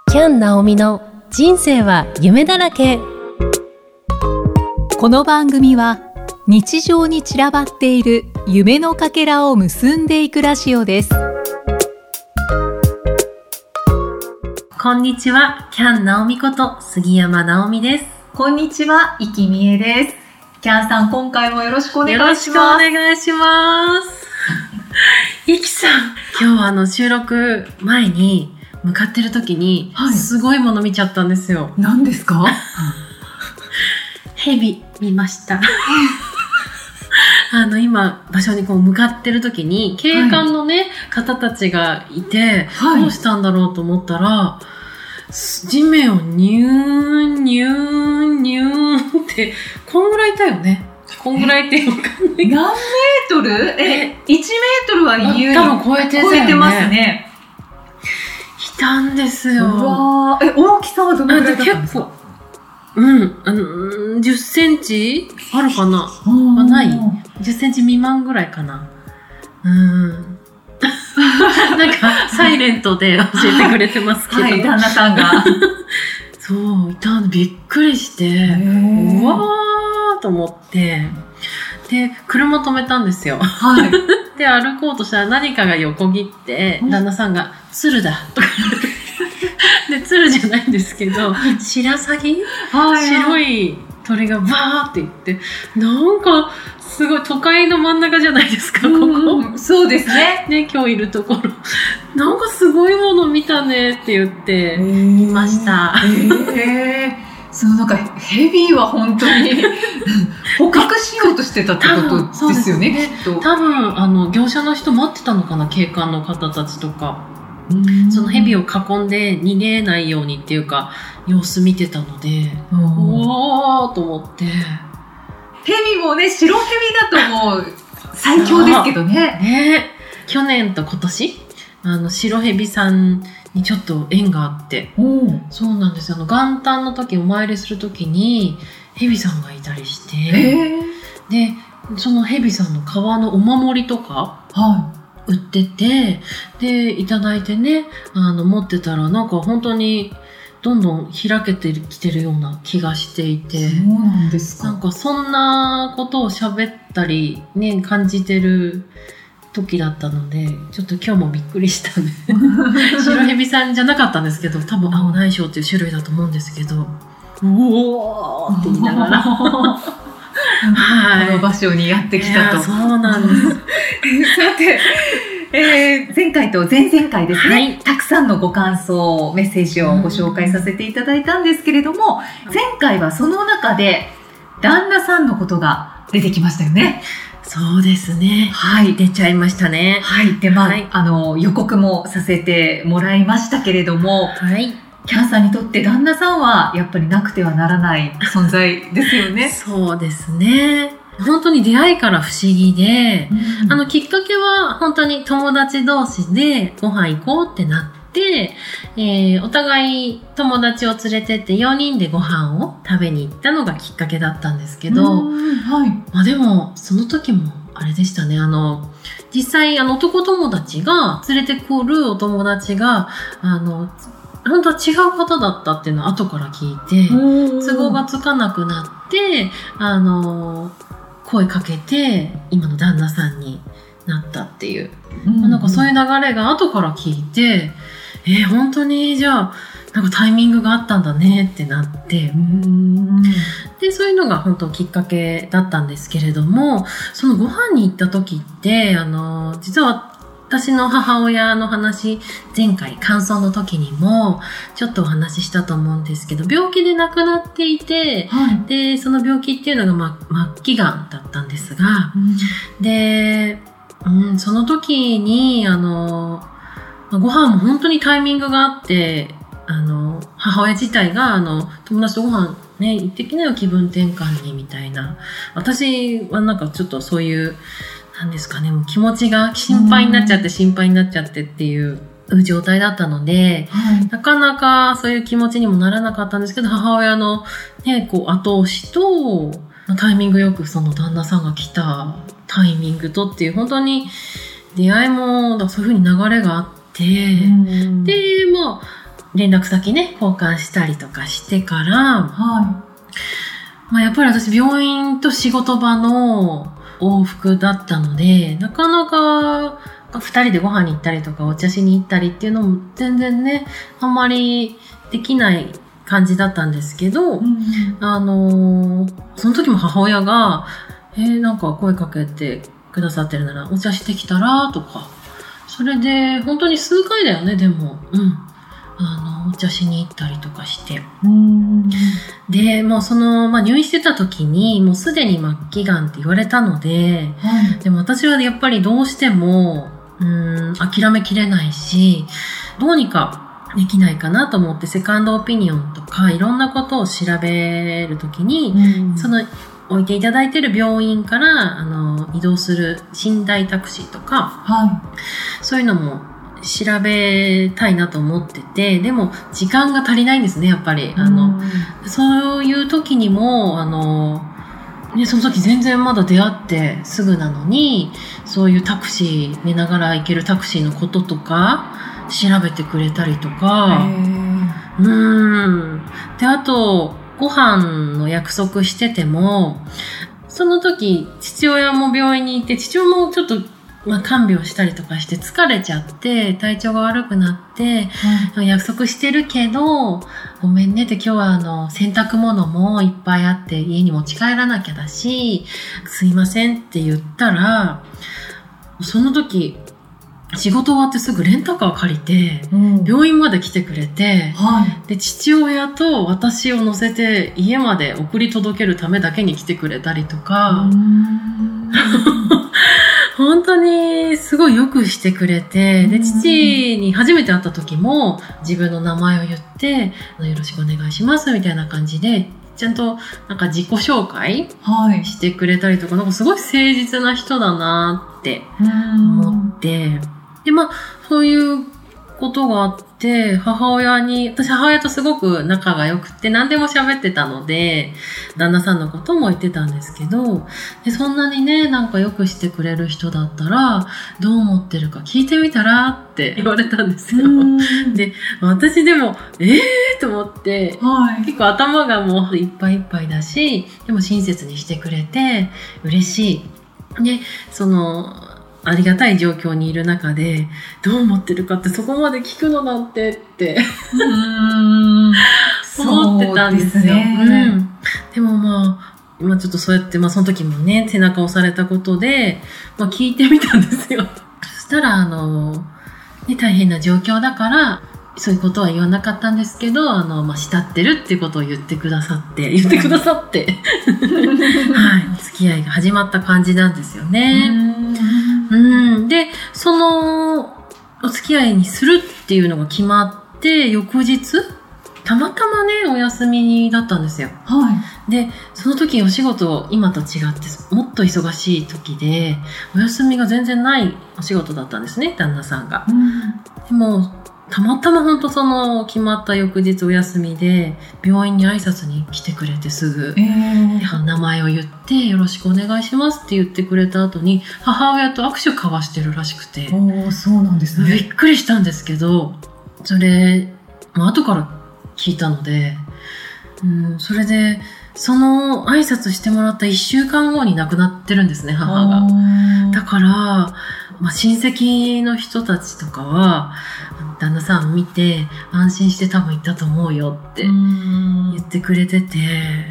キャン・ナオミの人生は夢だらけ。 この番組は日常に散らばっている夢のかけらを結んでいくラジオです。 こんにちは、キャン・ナオミこと杉山直美です。 こんにちは、生きみえです。キャンさん、今回もよろしくお願いします。 よろしくお願いします。いきさん、今日は収録前に向かってる時に、すごいもの見ちゃったんですよ。 何ですか？ ヘビ見ました。今場所に向かってる時に警官のね、方たちがいて、どうしたんだろうと思ったら、地面をニューンニューンニューンってこんぐらいいたよね。こんぐらいってわかんない。 何メートル？1メートルは優に多分超えてますね。 いたんですよ。 うわー、大きさはどのぐらいだったんですか ？10センチあるかな？はない。10センチ未満ぐらいかな。なんかサイレントで教えてくれてますけど、 旦那さんがそういたんでびっくりして、うわーと思って、で車止めたんですよ。で歩こうとしたら何かが横切って、旦那さんが鶴だとかで鶴じゃないんですけど、白鷺、白い鳥がバーっていって、なんかすごい都会の真ん中じゃないですか、ここ。 そうですね。 ね、今日いるところ。なんかすごいもの見たねって言って見ました。 そう、なんかヘビは本当に捕獲しようとしてたってことですよね、きっと。 多分業者の人待ってたのかな、警官の方たちとか。そのヘビを囲んで逃げないようにっていうか様子見てたので、おーと思って。 ヘビもね、白ヘビだともう最強ですけどね。 去年と今年白ヘビさんにちょっと縁があって、そうなんですよ。元旦の時お参りする時にヘビさんがいたりして、でそのヘビさんの皮のお守りとか、売ってて、でいただいてね、持ってたらなんか本当にどんどん開けてきてるような気がしていて。 そうなんですか。 なんかそんなことを喋ったりね、感じてる時だったので、ちょっと今日もびっくりしたね。白蛇さんじゃなかったんですけど、多分青内障っていう種類だと思うんですけど、うおーって言いながらこの場所にやってきたと。 そうなんです。さて、前回と前々回ですね、たくさんのご感想、メッセージをご紹介させていただいたんですけれども、前回はその中で旦那さんのことが出てきましたよね。 そうですね。出ちゃいましたね。 で、予告もさせてもらいましたけれども、キャンさんにとって旦那さんはやっぱりなくてはならない存在ですよね。 そうですね。本当に出会いから不思議で、きっかけは本当に友達同士でご飯行こうってなって、お互い友達を連れてって4人でご飯を食べに行ったのがきっかけだったんですけど、でもその時もあれでしたね。実際男友達が連れてくるお友達が本当は違う方だったっていうのを後から聞いて、都合がつかなくなって声かけて今の旦那さんになったっていう、なんかそういう流れが後から聞いて、本当にじゃあなんかタイミングがあったんだねってなって、でそういうのが本当きっかけだったんですけれども、そのご飯に行った時って実は私の母親の話、前回感想の時にもちょっとお話ししたと思うんですけど、病気で亡くなっていて、でその病気っていうのが末期がんだったんですが、で、その時にご飯も本当にタイミングがあって、母親自体が友達とご飯ね行ってきなよ、気分転換にみたいな。私はなんかちょっとそういうなんですかね、もう気持ちが心配になっちゃってっていう状態だったので、なかなかそういう気持ちにもならなかったんですけど、母親のね、後押しと、タイミングよくその旦那さんが来たタイミングとっていう、本当に出会いもそういう風に流れがあって、で、 連絡先ね、交換したりとかしてから、 はやっぱり私病院と仕事場の往復だったので、なかなか二人でご飯に行ったりとかお茶しに行ったりっていうのも全然ね、あんまりできない感じだったんですけど、その時も母親が、なんか声かけてくださってるならお茶してきたらとか、それで本当に数回だよね、でも、お茶しに行ったりとかして。で、もう入院してた時に、もうすでに末期がんって言われたので、でも私はやっぱりどうしても、諦めきれないし、どうにかできないかなと思って、セカンドオピニオンとか、いろんなことを調べるときに、置いていただいている病院から、移動する寝台タクシーとか、そういうのも調べたいなと思ってて、でも時間が足りないんですね、やっぱり。そういう時にも、その時全然まだ出会ってすぐなのに、そういうタクシー、寝ながら行けるタクシーのこととか、調べてくれたりとか、で、あと、ご飯の約束してても、その時、父親も病院にいて、父親もちょっと、看病したりとかして疲れちゃって、体調が悪くなって、約束してるけど、ごめんねって今日は洗濯物もいっぱいあって家に持ち帰らなきゃだし、すいませんって言ったら、その時、仕事終わってすぐレンタカー借りて、病院まで来てくれて、で、父親と私を乗せて家まで送り届けるためだけに来てくれたりとか、本当にすごいよくしてくれて、で、父に初めて会った時も自分の名前を言って、よろしくお願いしますみたいな感じで、ちゃんとなんか自己紹介してくれたりとか、なんかすごい誠実な人だなって思って、で、そういうことがあって、私母親とすごく仲が良くて何でも喋ってたので、旦那さんのことも言ってたんですけど、で、そんなにね、なんか良くしてくれる人だったら、どう思ってるか聞いてみたらって言われたんですよ。で、私でも、と思って、結構頭がもういっぱいいっぱいだし、でも親切にしてくれて嬉しい。で、ありがたい状況にいる中で、どう思ってるかってそこまで聞くのなんてって思ってたんですよ。でも今ちょっとそうやって、その時もね、背中押されたことで、聞いてみたんですよ。そしたら、大変な状況だから、そういうことは言わなかったんですけど、慕ってるっていうことを言ってくださって、付き合いが始まった感じなんですよね。で、お付き合いにするっていうのが決まって、翌日、たまたまね、お休みだったんですよ。で、その時お仕事、今と違ってもっと忙しい時で、お休みが全然ないお仕事だったんですね、旦那さんが。でも、たまたま本当決まった翌日お休みで病院に挨拶に来てくれてすぐ、名前を言ってよろしくお願いしますって言ってくれた後に母親と握手交わしてるらしくて、 そうなんですね。 びっくりしたんですけど、それ後から聞いたので、それでその挨拶してもらった1週間後に亡くなってるんですね、母が。だから親戚の人たちとかは旦那さん見て安心して多分行ったと思うよって言ってくれてて、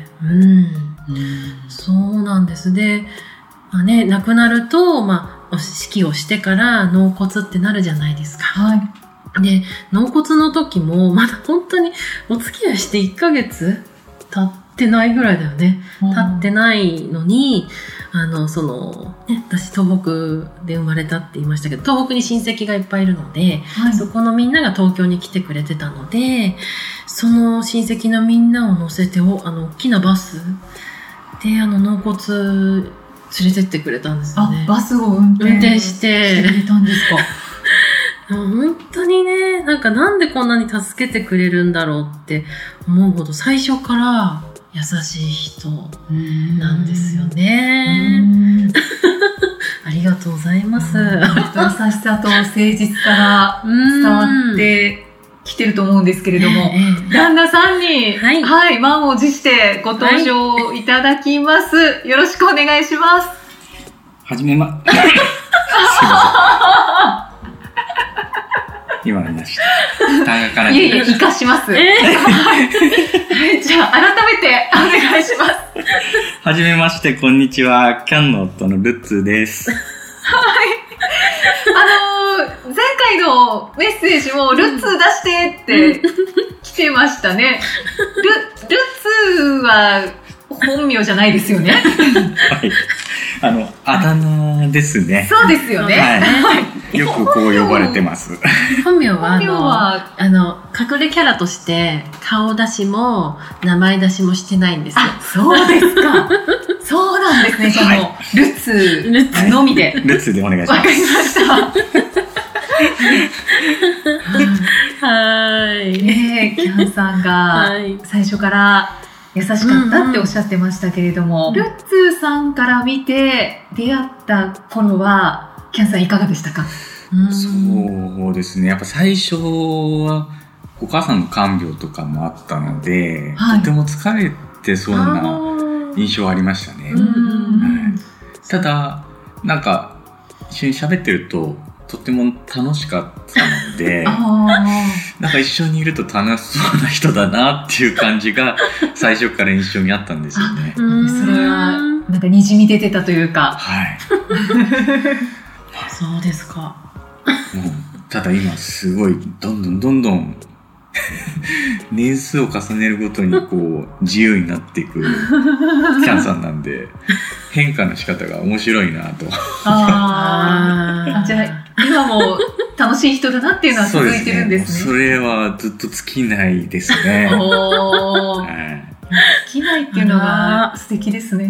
そうなんです。で、亡くなると、お式をしてから納骨ってなるじゃないですか。で、納骨の時もまだ本当にお付き合いして1ヶ月経ってないぐらいだよね。経ってないのに、私東北で生まれたって言いましたけど、東北に親戚がいっぱいいるので、そこのみんなが東京に来てくれてたので、その親戚のみんなを乗せて大きなバスで納骨連れてってくれたんですよね。 バスを運転してくれたんですか？ 本当にね、なんでこんなに助けてくれるんだろうって思うほど最初から優しい人なんですよね。ありがとうございます。 優しさと誠実さが伝わって来てると思うんですけれども、旦那さんに、はい、満を持してご登場いただきます。よろしくお願いします。 すいません。今見ました。 いえ、生かします。はい、じゃあ、改めてお願いします。 はじめまして、こんにちは。キャンの夫のルッツーです。はい。 前回のメッセージも、ルッツー出してって来てましたね。ルッツーは本名じゃないですよね。 はい。あだ名ですね。 そうですよね。 はい。よくこう呼ばれてます。 本名は隠れキャラとして顔出しも名前出しもしてないんですよ。 そうですか。そうなんですね。じゃあもう、ルッツのみで。 ルッツでお願いします。 わかりました。 はい。 キャンさんが最初から優しかったっておっしゃってましたけれども、ルッツーさんから見て出会った頃は、キャンさんいかがでしたか？ そうですね。やっぱ最初はお母さんの看病とかもあったので、とても疲れてそうな印象はありましたね。ただ、なんか一緒に喋ってるととっても楽しかったので、なんか一緒にいると楽しそうな人だなっていう感じが最初から印象にあったんですよね。 それはなんか滲み出てたというか。 はい。 そうですか。 ただ今すごいどんどん年数を重ねるごとにこう自由になっていくキャンさんなんで、変化の仕方が面白いなと。じゃあ今も楽しい人だなっていうのは続いてるんですね。 それはずっと尽きないですね。 尽きないっていうのが素敵ですね。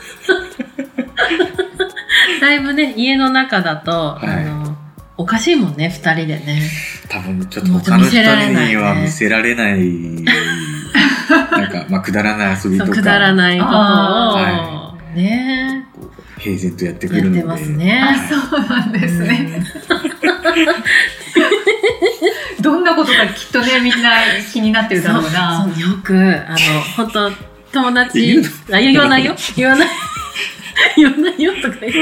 だいぶね、家の中だと、おかしいもんね、二人でね。 多分ちょっと他の人には見せられない、なんか、くだらない遊びとか。 くだらないことを、ね。 平然とやってくるので。 やってますね。 そうなんですね。どんなことかきっとね、みんな気になってるだろうな。 よく、本当友達、言わないよとか言って、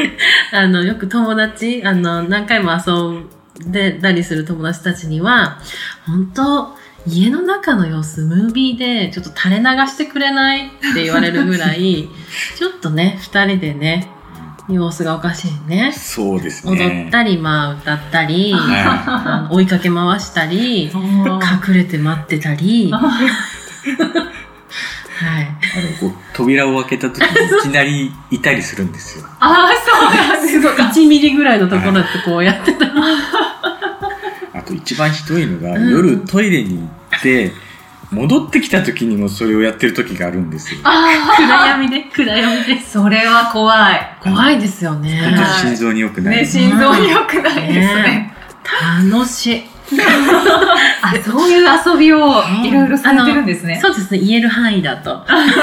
よく友達、何回も遊んでたりする友達たちには、本当家の中の様子、ムービーでちょっと垂れ流してくれないって言われるぐらい、ちょっとね、二人でね、様子がおかしいね。 そうですね。 踊ったり、歌ったり、追いかけ回したり、隠れて待ってたり、はい。 扉を開けた時にいきなりいたりするんですよ。 そうなんですか。 1ミリぐらいのところってこうやってた。 あと一番ひどいのが、夜トイレに行って、戻ってきた時にもそれをやってる時があるんですよ。 暗闇で。 それは怖い。 怖いですよね。 本当に心臓に良くない。 心臓に良くないですね。 楽しい。 そういう遊びをいろいろされてるんですね。 そうですね、言える範囲だと。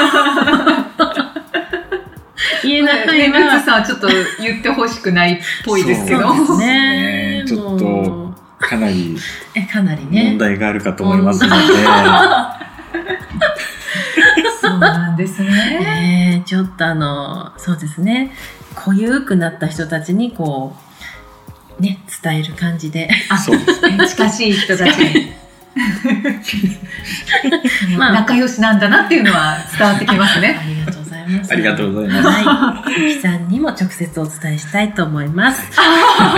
言えない範囲は。ルッツさんはちょっと言ってほしくないっぽいですけど。 そうですね。 ちょっと、かなりね。 問題があるかと思いますので。 そうなんですね。 ちょっとそうですね、濃ゆくなった人たちにこう、ね、伝える感じで。 そうですね。 近しい人たちに。仲良しなんだなっていうのは伝わってきますね。 ありがとうございます。 ありがとうございます。 はい。ゆきさんにも直接お伝えしたいと思います。 じ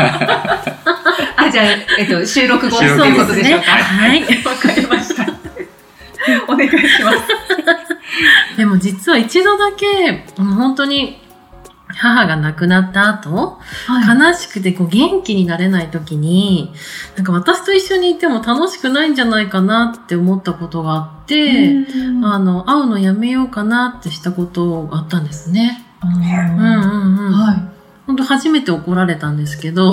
ゃあ、収録後ということでしょうか。 はい。 わかりました。お願いします。 でも実は一度だけ、本当に、母が亡くなった後、悲しくてこう元気になれない時に、なんか私と一緒にいても楽しくないんじゃないかなって思ったことがあって、会うのやめようかなってしたことがあったんですね。本当初めて怒られたんですけど、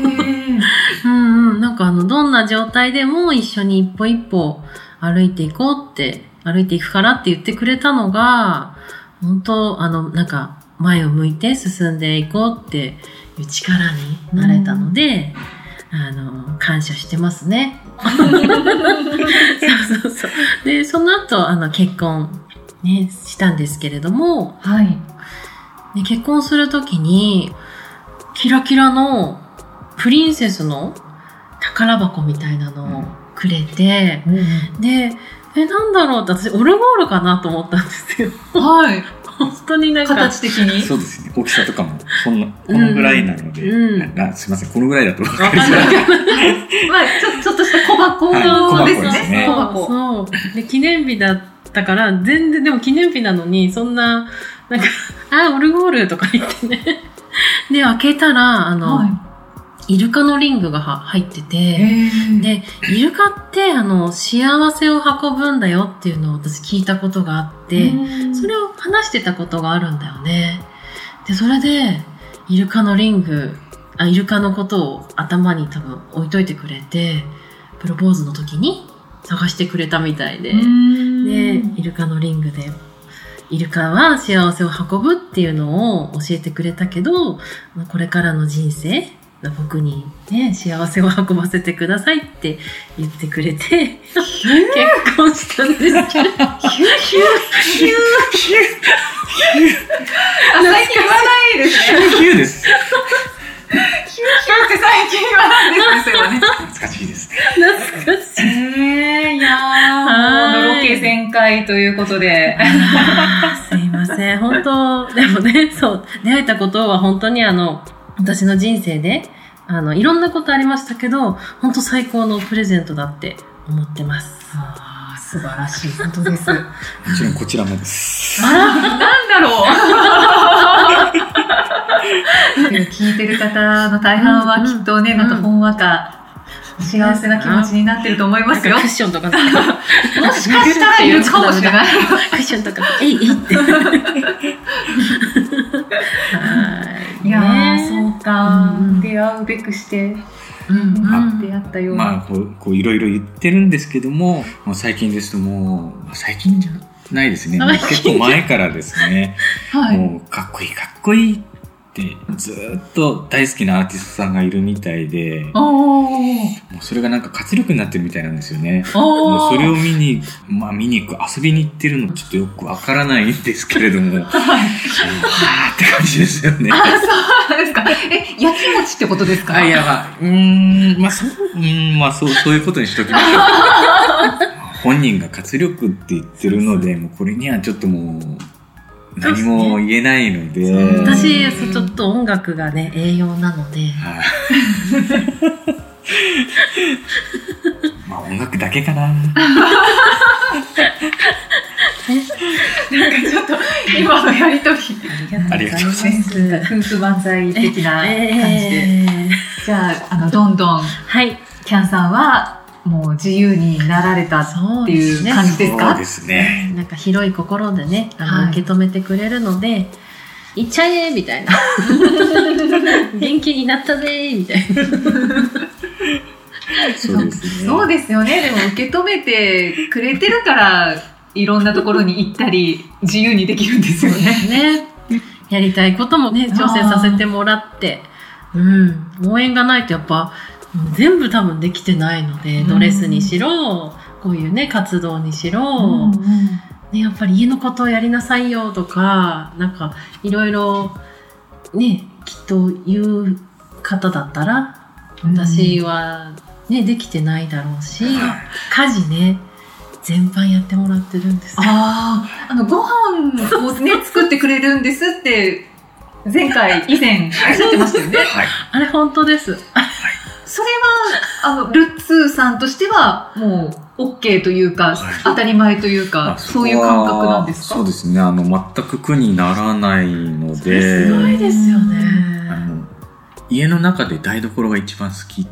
なんかどんな状態でも一緒に一歩一歩歩いていこうって、歩いていくからって言ってくれたのが、本当なんか、前を向いて進んでいこうっていう力になれたので、 感謝してますね。そう。で、その後、結婚、ね、したんですけれども、 はい。 で結婚するときに、キラキラのプリンセスの宝箱みたいなのをくれて、で、なんだろうって私、オルゴールかなと思ったんですよ。 はい。 本当になんか。 形的に。 そうですね。大きさとかも、このぐらいなので、すいません、このぐらいだと分かりづらい。 まあ、ちょっとした小箱ですね。 小箱。そう。で、記念日だったから、全然、でも記念日なのに、そんな、なんか、オルゴールとか言ってね。で、開けたら、イルカのリングが入ってて、で、イルカって幸せを運ぶんだよっていうのを私聞いたことがあって、それを話してたことがあるんだよね。で、それで、イルカのことを頭に多分置いといてくれて、プロポーズの時に探してくれたみたいで、で、イルカのリングで、イルカは幸せを運ぶっていうのを教えてくれたけど、これからの人生、僕にね、幸せを運ばせてくださいって言ってくれて、結婚したんですけど。ヒュー。最近言わないですね。 ヒューです。 ヒューって最近言わないですよね。 懐かしいですね。 懐かしい。 いやー、のろけ全開ということで。 すいません。本当、でもね、そう、出会えたことは本当に私の人生で、いろんなことありましたけど、本当最高のプレゼントだって思ってます。 素晴らしい。本当です。もちろんこちらもです。 なんだろう。聞いてる方の大半はきっとね、なんかほんわか、幸せな気持ちになってると思いますよ。 クッションとかもしかしたらいるかもしれない。 クッションとか、えいって。 いやー、そうか。出会うべくして、出会ったような。 まあ、こういろいろ言ってるんですけども、もう最近ですと最近じゃないですね。結構前からですね。もう、かっこいいってずっと大好きなアーティストさんがいるみたいで、もうそれがなんか活力になってるみたいなんですよね。もうそれを見に行く、遊びに行ってるのちょっとよくわからないんですけれども、はーって感じですよね。 そうなんですか。やきもちってことですか？ いや、そういうことにしときましょう。本人が活力って言ってるので、もうこれにはちょっともう、何も言えないので。 私、ちょっと音楽がね、栄養なので。 まあ音楽だけかな。 なんかちょっと、今のやりとり。 ありがとうございます。 夫婦万歳的な感じで。じゃあ、どんどん、キャンさんは、もう自由になられたっていう感じですか？ そうですね。 なんか広い心でね、受け止めてくれるので、行っちゃえみたいな。元気になったぜみたいな。 そうですね。 そうですよね。でも受け止めてくれてるから、いろんなところに行ったり、自由にできるんですよね。 やりたいこともね、挑戦させてもらって、応援がないとやっぱ、全部多分できてないので、ドレスにしろ、こういうね、活動にしろ、ね、やっぱり家のことをやりなさいよとか、なんかいろいろね、きっと言う方だったら、私はね、できてないだろうし、家事ね、全般やってもらってるんです。 ご飯をね、作ってくれるんですって、以前おっしゃってましたよね。 あれ本当です。 それは、ルッツーさんとしては、もう、OK というか、当たり前というか、そういう感覚なんですか？ そうですね。全く苦にならないので。 すごいですよね。 家の中で台所が一番好き。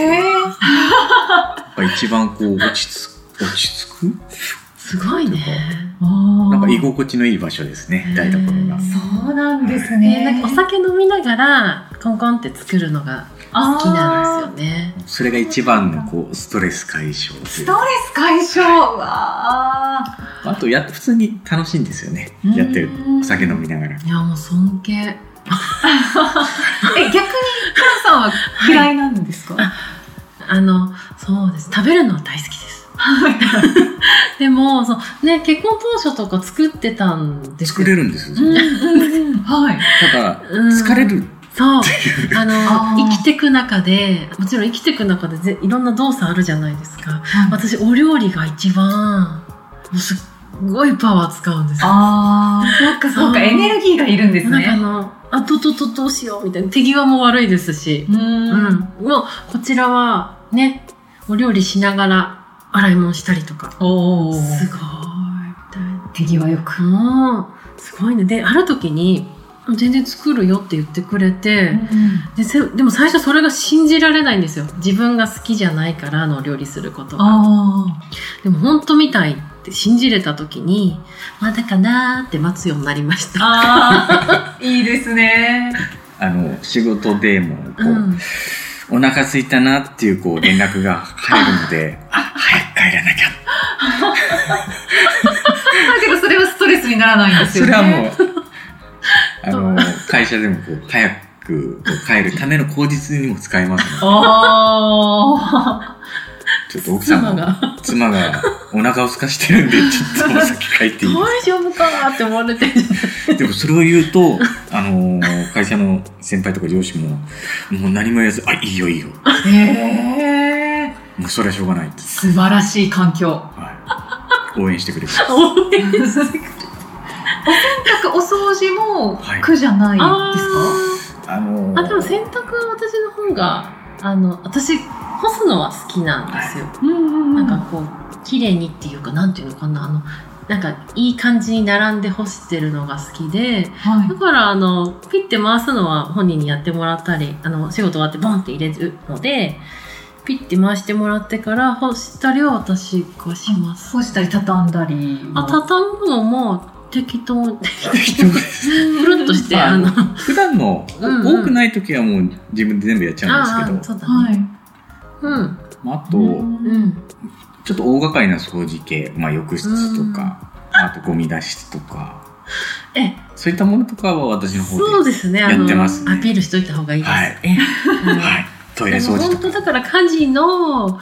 一番こう、落ち着くすごいね。 なんか居心地のいい場所ですね、台所が。 そうなんですね。 なんかお酒飲みながら、コンコンって作るのが好きなんですよね。 それが一番のこうストレス解消。 ストレス解消。 あと普通に楽しいんですよね。やってるお酒飲みながら。 いやもう尊敬。 逆にカンさんは嫌いなんですか？ そうです。食べるのは大好きです。でもね、結婚当初とか作ってたんですよ。 作れるんですよ。 はい。 ただ疲れる。 そう。生きてく中で、もちろん生きてく中でいろんな動作あるじゃないですか。私、お料理が一番、すっごいパワー使うんですよ。 そうか、エネルギーがいるんですね。 なんかどうしようみたいな。手際も悪いですし。もう、こちらはね、お料理しながら洗い物したりとか。すごい。 手際よく。 すごいね。で、ある時に、全然作るよって言ってくれて、でも最初それが信じられないんですよ。自分が好きじゃないから料理することが。でも本当みたいって信じれた時に、まだかなーって待つようになりました。 いいですね。 仕事でもお腹空いたなっていう連絡が入るので、早く帰らなきゃ。 だけどそれはストレスにならないんですよね。 それはもう会社でも早く帰るための口実にも使えますね。ちょっと奥様妻がお腹を空かしてるんで、ちょっと先帰っていい？ 大丈夫かなって思われてる。 でもそれを言うと、会社の先輩とか上司も、もう何も言わず、いいよいいよ。もうそれはしょうがないって。 素晴らしい環境。 応援してくれる。 応援してくれる。お洗濯、お掃除も苦じゃないですか？ でも洗濯は私の方が、私、干すのは好きなんですよ。なんか綺麗にっていうか、なんていうのかな、なんかいい感じに並んで干してるのが好きで、だからピッて回すのは本人にやってもらったり、仕事終わってボンって入れるので、ピッて回してもらってから干したりは私がします。 干したり畳んだり。 畳むのも適当です。ふるっとして、 普段の多くない時はもう自分で全部やっちゃうんですけど。 そうだね。 あと、ちょっと大掛かりな掃除系、浴室とか、あとゴミ出しとか、そういったものとかは私の方でやってますね。 アピールしといた方がいいです。 はい。トイレ掃除とか。 本当だから家事の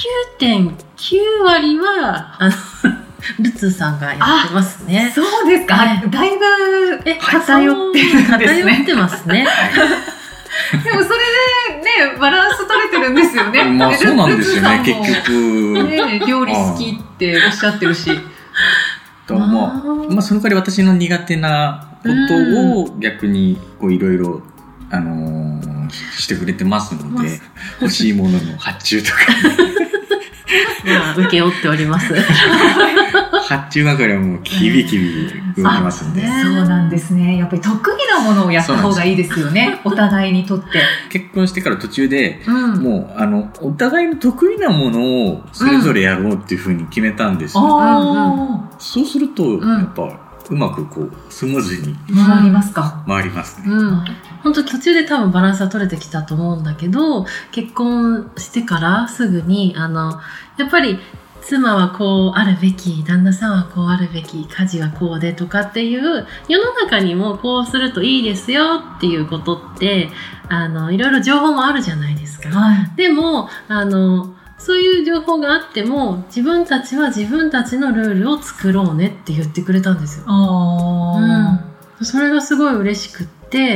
9.9 割はルツーさんがやってますね。 そうですか。だいぶ偏ってるんですね。 偏ってますね。 でもそれでね、バランス取れてるんですよね。 そうなんですよね、結局。 料理好きっておっしゃってるし。 その代わり私の苦手なことを逆にいろいろしてくれてますので、欲しいものの発注とか受け負っております。 発注係はもうキビキビ動きますんで。 そうなんですね。やっぱり得意なものをやった方がいいですよね。お互いにとって。 結婚してから途中で、もうお互いの得意なものをそれぞれやろうっていうふうに決めたんですよ。そうするとやっぱうまくスムーズに回りますか？ 回りますね。 本当途中で多分バランスは取れてきたと思うんだけど、結婚してからすぐにやっぱり妻はこうあるべき、旦那さんはこうあるべき、家事はこうでとかっていう世の中にもこうするといいですよっていうことっていろいろ情報もあるじゃないですか。でもそういう情報があっても自分たちは自分たちのルールを作ろうねって言ってくれたんですよ。それがすごい嬉しくって、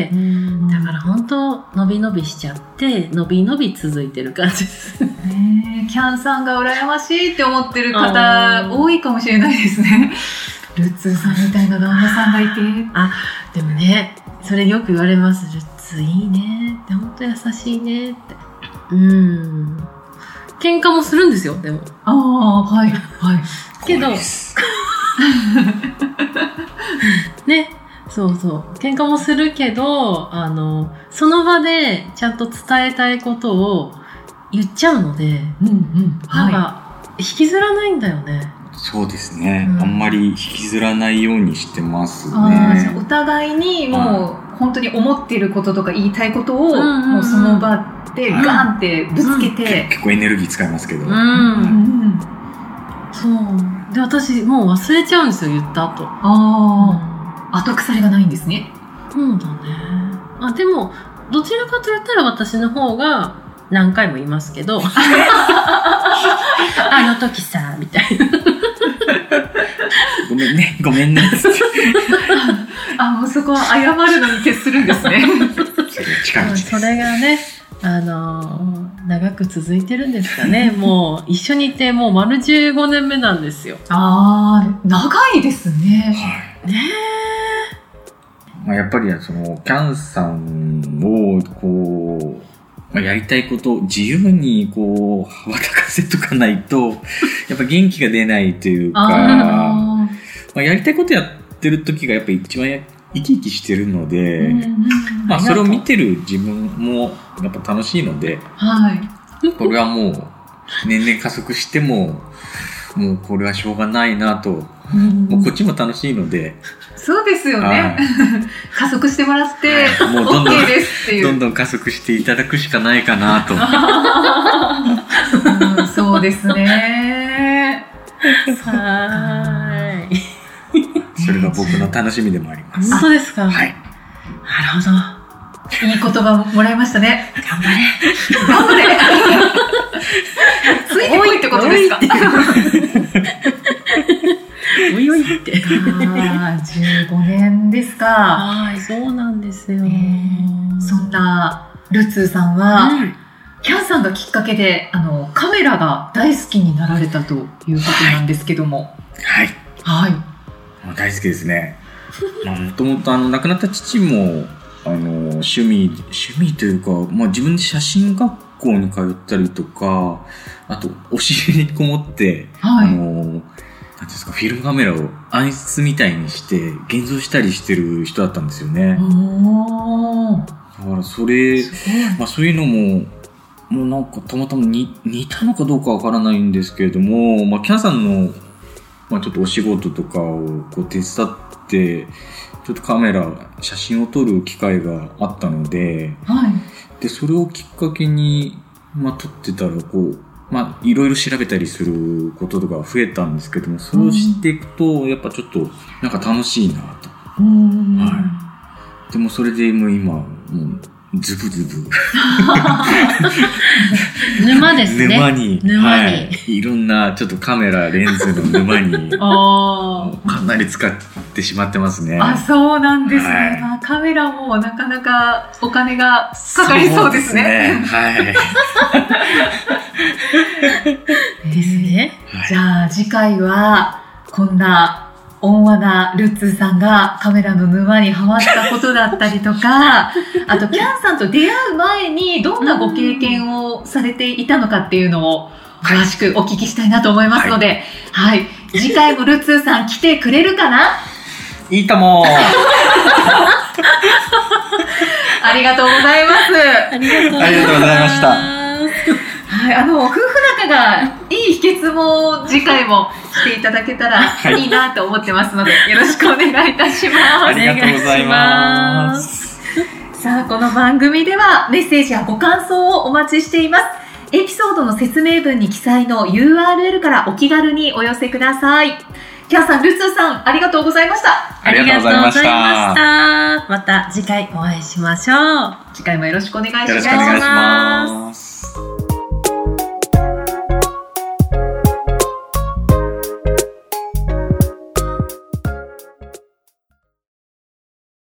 だから本当伸び伸びしちゃって伸び伸び続いてる感じですね。 キャンさんが羨ましいって思ってる方多いかもしれないですね。ルッツーさんみたいな旦那さんがいて。 でもね、それよく言われます。ルッツーいいねって、本当優しいねって。喧嘩もするんですよ、でも。 はいけどね、そう喧嘩もするけどその場でちゃんと伝えたいことを言っちゃうので、なんか引きずらないんだよね。 そうですね、あんまり引きずらないようにしてますね。 お互いにもう本当に思っていることとか言いたいことをもうその場でガンってぶつけて、 結構エネルギー使いますけど、 そうで私もう忘れちゃうんですよ、言った後。 後腐れがないんですね。 そうだね。でもどちらかと言ったら私の方が何回も言いますけど、あの時さ、みたいな。 ごめんね、ごめんね。 もうそこは謝るのに徹するんですね。 それがね、長く続いてるんですかね。もう一緒にいてもう丸15年目なんですよ。 長いですね。 はい。 ねやっぱりそのキャンさんをこう、やりたいことを自由にこう羽ばたかせとかないとやっぱ元気が出ないというか、やりたいことやってる時がやっぱり一番生き生きしてるので、それを見てる自分もやっぱ楽しいので、 はい、 これはもう年々加速してもうこれはしょうがないなと、もうこっちも楽しいので。 そうですよね。加速してもらって、もうOK ですっていう。 どんどん加速していただくしかないかなと。 そうですね。 はい。 それが僕の楽しみでもあります。 本当ですか？ はい。 なるほど。 いい言葉もらいましたね。 頑張れ。 頑張れ。ついてこいってことですか？ おいおいって。 15年ですか。 はい、そうなんですよ。 そんなルツーさんは、キャンさんがきっかけでカメラが大好きになられたということなんですけども。 はい。 はい。 大好きですね。もともと亡くなった父も趣味というか、自分で写真学校に通ったりとか、あとお尻にこもって、なんていうんですか、フィルムカメラを暗室みたいにして現像したりしてる人だったんですよね。だからそういうのもうなんかたまたま似たのかどうかわからないんですけれども、キャンさんのちょっとお仕事とかをこう手伝ってちょっと写真を撮る機会があったので、でそれをきっかけに撮ってたらいろいろ調べたりすることとか増えたんですけども、そうしていくとやっぱちょっとなんか楽しいなと。でもそれでもう今もうズブズブ沼ですね。 沼に、いろんなちょっとカメラレンズの沼にかなり使ってしまってますね。 そうなんですね。カメラもなかなかお金がかかりそうですね。 ですね。 じゃあ次回はこんな温和なルッツーさんがカメラの沼にハマったことだったりとか、あとキャンさんと出会う前にどんなご経験をされていたのかっていうのを詳しくお聞きしたいなと思いますので、次回もルッツーさん来てくれるかな？ いいとも。 ありがとうございます。 ありがとうございました。 夫婦仲がいい秘訣も次回もしていただけたらいいなと思ってますので、よろしくお願いいたします。 ありがとうございます。 さあ、この番組ではメッセージやご感想をお待ちしています。エピソードの説明文に記載の URL からお気軽にお寄せください。キャンさん、ルツーさん、ありがとうございました。 ありがとうございました。また次回お会いしましょう。 次回もよろしくお願いします。 よろしくお願いします。